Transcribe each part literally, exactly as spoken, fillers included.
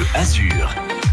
Azur.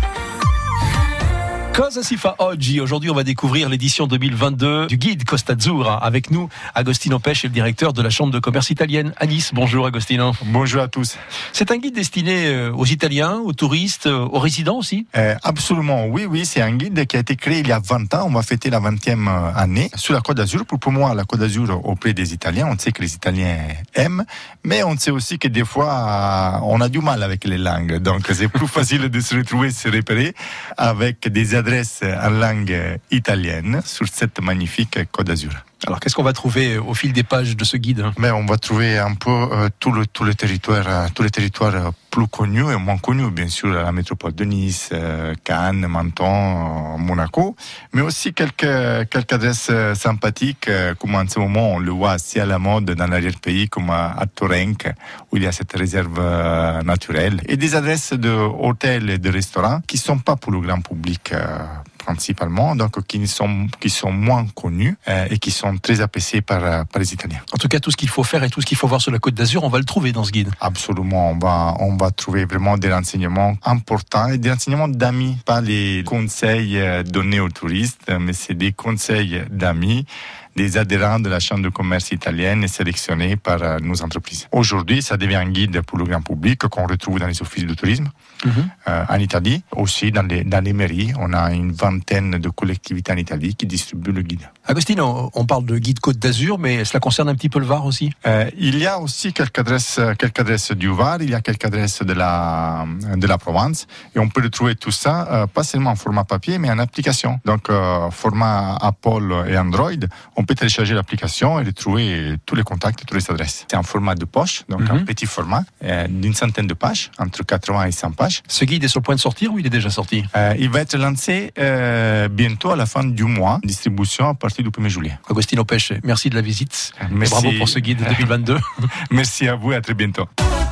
Cosa si fa oggi? Aujourd'hui, on va découvrir l'édition deux mille vingt-deux du guide Costa Azzurra. Avec nous, Agostino Pesce, le directeur de la Chambre de commerce italienne à Nice. Bonjour Agostino. Bonjour à tous. C'est un guide destiné aux Italiens, aux touristes, aux résidents aussi? euh, Absolument, oui, oui. C'est un guide qui a été créé il y a vingt ans. On va fêter la vingtième année sur la Côte d'Azur. Pour promouvoir la Côte d'Azur auprès des Italiens. On sait que les Italiens aiment, mais on sait aussi que des fois, on a du mal avec les langues. Donc, c'est plus facile de se retrouver, se repérer avec des adresses en langue italienne sur cette magnifique Côte d'Azur. Alors, qu'est-ce qu'on va trouver au fil des pages de ce guide? Mais on va trouver un peu euh, tout le tout le territoire, euh, tous les territoires plus connus et moins connus, bien sûr, la métropole de Nice, euh, Cannes, Menton, euh, Monaco, mais aussi quelques quelques adresses euh, sympathiques, euh, comme en ce moment on le voit assez à la mode dans l'arrière-pays, comme à, à Torenc, où il y a cette réserve euh, naturelle, et des adresses de hôtels et de restaurants qui sont pas pour le grand public. Euh, principalement, donc qui sont qui sont moins connus euh, et qui sont très appréciés par par les Italiens. En tout cas, tout ce qu'il faut faire et tout ce qu'il faut voir sur la Côte d'Azur, on va le trouver dans ce guide. Absolument, on va on va trouver vraiment des renseignements importants et des renseignements d'amis, pas les conseils donnés aux touristes, mais c'est des conseils d'amis, des adhérents de la Chambre de commerce italienne et sélectionnés par euh, nos entreprises. Aujourd'hui, ça devient un guide pour le grand public qu'on retrouve dans les offices de tourisme mm-hmm. euh, en Italie, aussi dans les, dans les mairies. On a une vingtaine de collectivités en Italie qui distribuent le guide. Agostino, on parle de guide Côte d'Azur, mais cela concerne un petit peu le Var aussi? euh, Il y a aussi quelques adresses, quelques adresses du Var, il y a quelques adresses de la, de la Provence, et on peut retrouver tout ça, euh, pas seulement en format papier, mais en application. Donc, euh, format Apple et Android, on On peut télécharger l'application et retrouver tous les contacts et toutes les adresses. C'est un format de poche, donc mm-hmm. un petit format euh, d'une centaine de pages, entre quatre-vingts et cent pages. Ce guide est sur le point de sortir ou il est déjà sorti? euh, Il va être lancé euh, bientôt à la fin du mois, distribution à partir du premier juillet. Agostino Pesce, merci de la visite. Merci. Et bravo pour ce guide deux mille vingt-deux. Merci à vous et à très bientôt.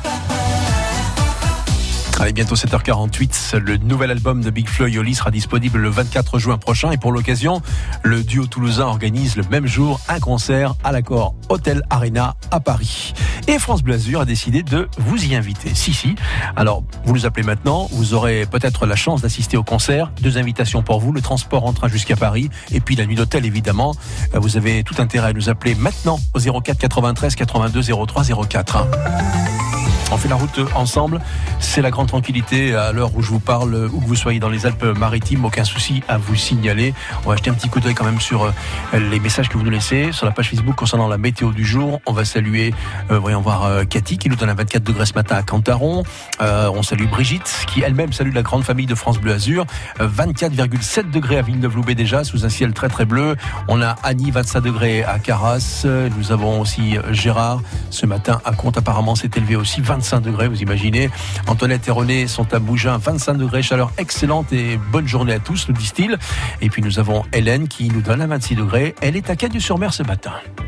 Allez, bientôt sept heures quarante-huit, le nouvel album de Big Flo et Oli sera disponible le vingt-quatre juin prochain, et pour l'occasion, le duo toulousain organise le même jour un concert à l'Accor Hotel Arena à Paris. Et France Bleu Azur a décidé de vous y inviter. Si, si. Alors, vous nous appelez maintenant, vous aurez peut-être la chance d'assister au concert. Deux invitations pour vous, le transport en train jusqu'à Paris, et puis la nuit d'hôtel évidemment. Vous avez tout intérêt à nous appeler maintenant au zéro quatre quatre-vingt-treize quatre-vingt-deux zéro trois zéro quatre. On fait la route ensemble, c'est la grande tranquillité à l'heure où je vous parle, où que vous soyez dans les Alpes-Maritimes, aucun souci à vous signaler. On va jeter un petit coup d'œil quand même sur les messages que vous nous laissez sur la page Facebook concernant la météo du jour. On va saluer, euh, voyons voir, euh, Cathy qui nous donne un vingt-quatre degrés ce matin à Cantaron. Euh, on salue Brigitte qui elle-même salue la grande famille de France Bleu Azur. Euh, vingt-quatre virgule sept degrés à Villeneuve-Loubet déjà, sous un ciel très très bleu. On a Annie, vingt-cinq degrés à Carras. Nous avons aussi Gérard. Ce matin à Comte, apparemment s'est élevé aussi vingt-cinq degrés, vous imaginez. Antoinette et René sont à Mougins, vingt-cinq degrés, chaleur excellente et bonne journée à tous, nous disent-ils. Et puis nous avons Hélène qui nous donne à vingt-six degrés. Elle est à Cagnes-sur-Mer ce matin.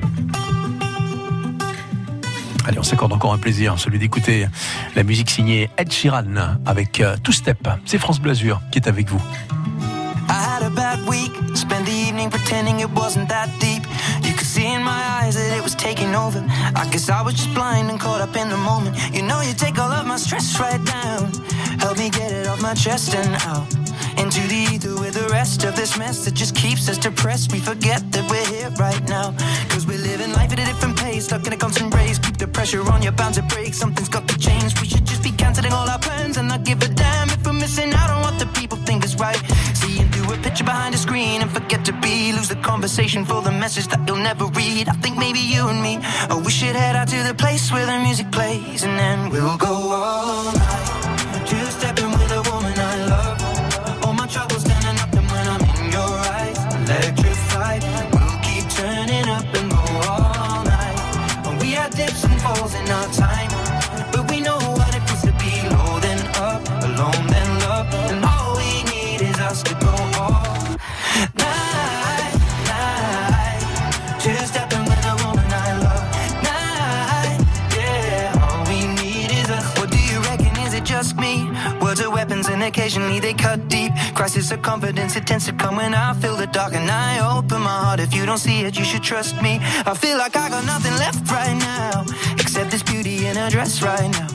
Allez, on s'accorde encore un plaisir, celui d'écouter la musique signée Ed Sheeran avec Two Step. C'est France Bleu Azur qui est avec vous. I had a bad week, spent the evening pretending it wasn't that deep. You could see in my eyes that it was taking over. I guess I was just blind and caught up in the moment. You know you take all of my stress right down. Help me get it off my chest and out into the ether with the rest of this mess that just keeps us depressed. We forget that we're here right now, cause we're living life at a different pace, stuck in a constant race. Keep the pressure on, you're bound to break. Something's got to change. We should just be cancelling all our plans and not give a damn if we're missing out on what the people think is right. Seeing through a picture behind a screen and forget to be, lose the conversation for the message that you'll never read. I think maybe you and me, oh, we should head out to the place where the music plays, and then we'll go all night, two-stepping with a woman I love. All my troubles standing up, and when I'm in your eyes, electrified, we'll keep turning up and go all night. We had dips and falls in our time, but we know what it feels to be low then up, alone then love, and all we need is us to go all night, night, two-stepping with a woman I love, night, yeah, all we need is us. What do you reckon, is it just me? Words are weapons and occasionally they cut deep. Crisis of confidence, it tends to come when I feel the dark, and I open my heart. If you don't see it, you should trust me. I feel like I got nothing left right now, except this beauty in a dress right now.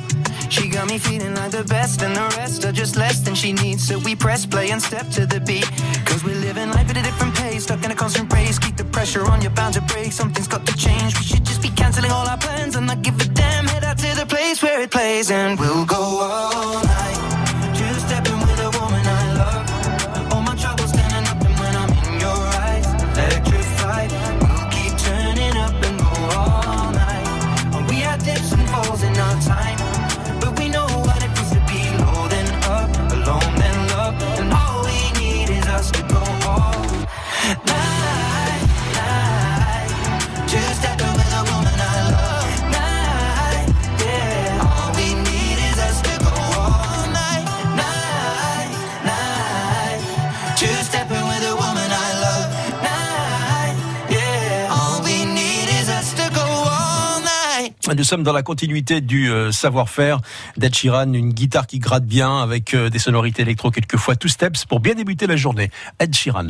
She got me feeling like the best, and the rest are just less than she needs. So we press play and step to the beat, cause we're living life at a different pace, stuck in a constant race. Keep the pressure on, you're bound to break. Something's got to change, we should just be cancelling all our plans and not give a damn. Head out to the place where it plays, and we'll go all night, just stepping with a woman I love. All my troubles standing up, and when I'm in your eyes, electrified. We'll keep turning up and go all night. We had dips and falls in our time, but we know what it feels to be low then up, alone then love, and all we need is us to go all night, night. Just stepping with a woman I love. Night, yeah. All we need is us to go all night, night, night. Just stepping with a woman I love. Night, yeah. All we need is us to go all night. Nous sommes dans la continuité du euh, savoir-faire d'Ed Sheeran, une guitare qui gratte bien avec euh, des sonorités électro, quelquefois two steps pour bien débuter la journée. Ed Sheeran.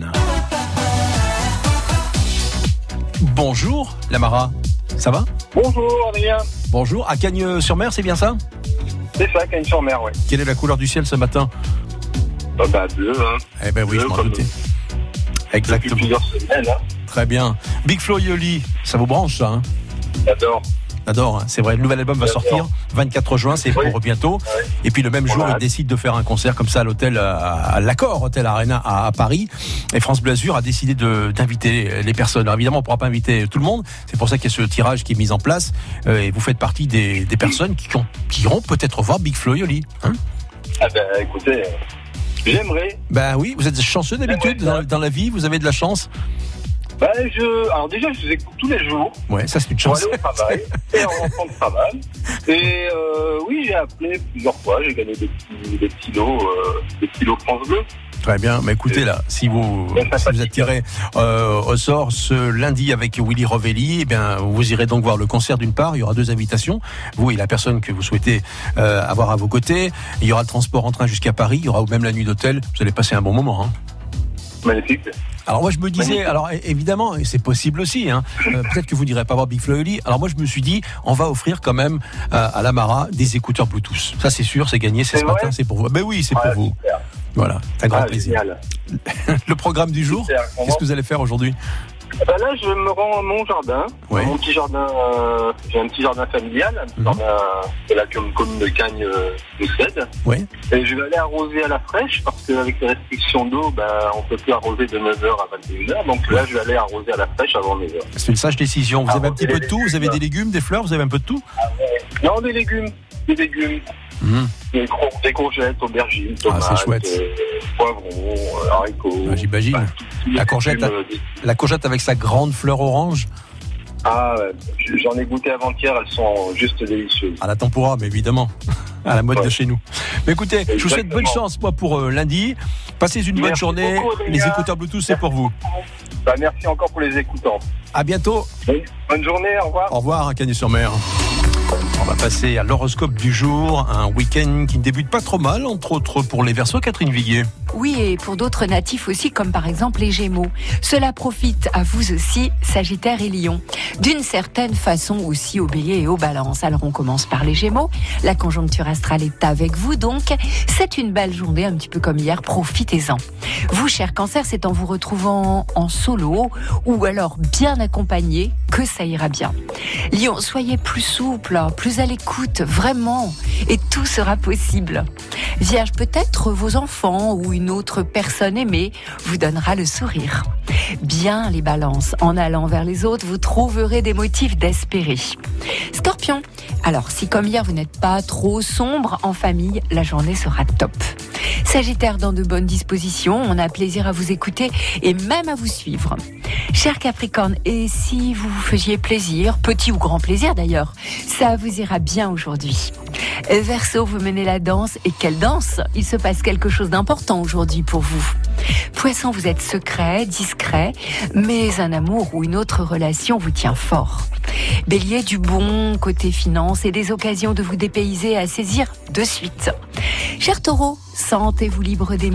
Bonjour Lamara, ça va? Bonjour Adrien. Bonjour, à Cagnes-sur-Mer, c'est bien ça? C'est ça, Cagnes-sur-Mer, oui. Quelle est la couleur du ciel ce matin? Oh bah bleu, hein. Eh ben oui, Bleu, je m'en comme doutais. Depuis Exactement. plusieurs semaines, hein. Très bien. Big Flo et Oli, ça vous branche ça hein? J'adore. J'adore, hein. C'est vrai, le nouvel album va J'adore. sortir vingt-quatre juin, c'est Oui. pour bientôt. Ouais. Et puis le même jour, Voilà. il décide de faire un concert comme ça à l'hôtel, à, à l'Accor Hotel Arena à, à Paris. Et France Bleu Azur a décidé de, d'inviter les personnes. Alors évidemment, on ne pourra pas inviter tout le monde. C'est pour ça qu'il y a ce tirage qui est mis en place. Euh, et vous faites partie des, des personnes qui, ont, qui iront peut-être voir Big Flo et Oli. Hein? Ah ben écoutez, euh, j'aimerais. Ben oui, vous êtes chanceux d'habitude dans, dans la vie, vous avez de la chance. Ben je, alors déjà je vous écoute tous les jours Ouais, ça c'est une pour chance. aller au travail et en rentrant de travail. Et euh, oui, j'ai appelé plusieurs fois, j'ai gagné des petits, des petits lots, euh, des petits lots France Bleu. Très bien, mais écoutez là, si vous, si vous êtes tiré euh, au sort ce lundi avec Willy Rovelli, eh bien vous irez donc voir le concert d'une part. Il y aura deux invitations, vous et la personne que vous souhaitez euh, avoir à vos côtés. Il y aura le transport en train jusqu'à Paris. Il y aura même la nuit d'hôtel. Vous allez passer un bon moment. Hein. Magnifique. Alors moi je me disais, Magnifique. alors évidemment, et c'est possible aussi, hein, euh, peut-être que vous n'irez pas voir Big Flo et Oli. Alors moi je me suis dit, on va offrir quand même euh, à Lamara des écouteurs Bluetooth. Ça c'est sûr, c'est gagné, c'est C'est ce vrai matin, c'est pour vous. Ben oui, c'est Ah, pour vous. super. Voilà, c'est un grand Ah, plaisir. génial. Le programme du jour, Super. qu'est-ce que vous allez faire aujourd'hui? Ben là, je me rends à mon jardin, Ouais. mon petit jardin. Euh, j'ai un petit jardin familial, un petit Mhm. jardin de la com- commune de Cagnes euh, possède. Ouais. Et je vais aller arroser à la fraîche parce qu'avec les restrictions d'eau, ben, on peut plus arroser de neuf heures à vingt et une heures. Donc là, je vais aller arroser à la fraîche avant neuf heures. C'est une sage décision. Vous Ah, avez un vous petit avez peu de des tout. Vous avez légumes. des légumes, des fleurs. Vous avez un peu de tout. Non, des légumes, des légumes, Mmh. des, cro- des courgettes, aubergines, Ah, tomates, c'est chouette. euh, poivrons, euh, haricots. Ah, j'imagine. Bah, tous les La courgette, légumes, euh, La courgette avec sa grande fleur orange. Ah, ouais, j'en ai goûté avant-hier, elles sont juste délicieuses. À la tempura, mais évidemment. À la mode Ouais. de chez nous. Mais écoutez, je vous souhaite bonne Exactement. chance, moi, pour euh, lundi. Passez une bonne Merci journée. beaucoup, Adrien. Les écouteurs Bluetooth, c'est pour vous. Bah, merci encore pour les écoutants. À bientôt. Bonne, bonne journée, au revoir. Au revoir, à Cagnes-sur-Mer. On va passer à l'horoscope du jour. Un week-end qui ne débute pas trop mal, entre autres pour les Verseaux. Catherine Viguier. Oui, et pour d'autres natifs aussi, comme par exemple les Gémeaux. Cela profite à vous aussi, Sagittaire et Lion. D'une certaine façon aussi aux Béliers et aux Balances. Alors on commence par les Gémeaux. La conjoncture astrale est avec vous, donc c'est une belle journée, un petit peu comme hier. Profitez-en. Vous, cher Cancer, c'est en vous retrouvant en solo ou alors bien accompagné que ça ira bien. Lion, soyez plus souple, plus à l'écoute, vraiment, et tout sera possible. Vierge, peut-être vos enfants ou une autre personne aimée vous donnera le sourire. Bien les balances, en allant vers les autres, vous trouverez des motifs d'espérer. Scorpion, alors si comme hier vous n'êtes pas trop sombre en famille, la journée sera top. Sagittaire, dans de bonnes dispositions, on a plaisir à vous écouter et même à vous suivre. Cher Capricorne, et si vous vous faisiez plaisir, petit ou grand plaisir d'ailleurs, ça vous ira bien aujourd'hui. Verseau, vous menez la danse, et quelle danse! Il se passe quelque chose d'important aujourd'hui pour vous. Poisson, vous êtes secret, discret, mais un amour ou une autre relation vous tient fort. Bélier, du bon côté finance et des occasions de vous dépayser à saisir de suite. Cher Taureau, sentez-vous libre des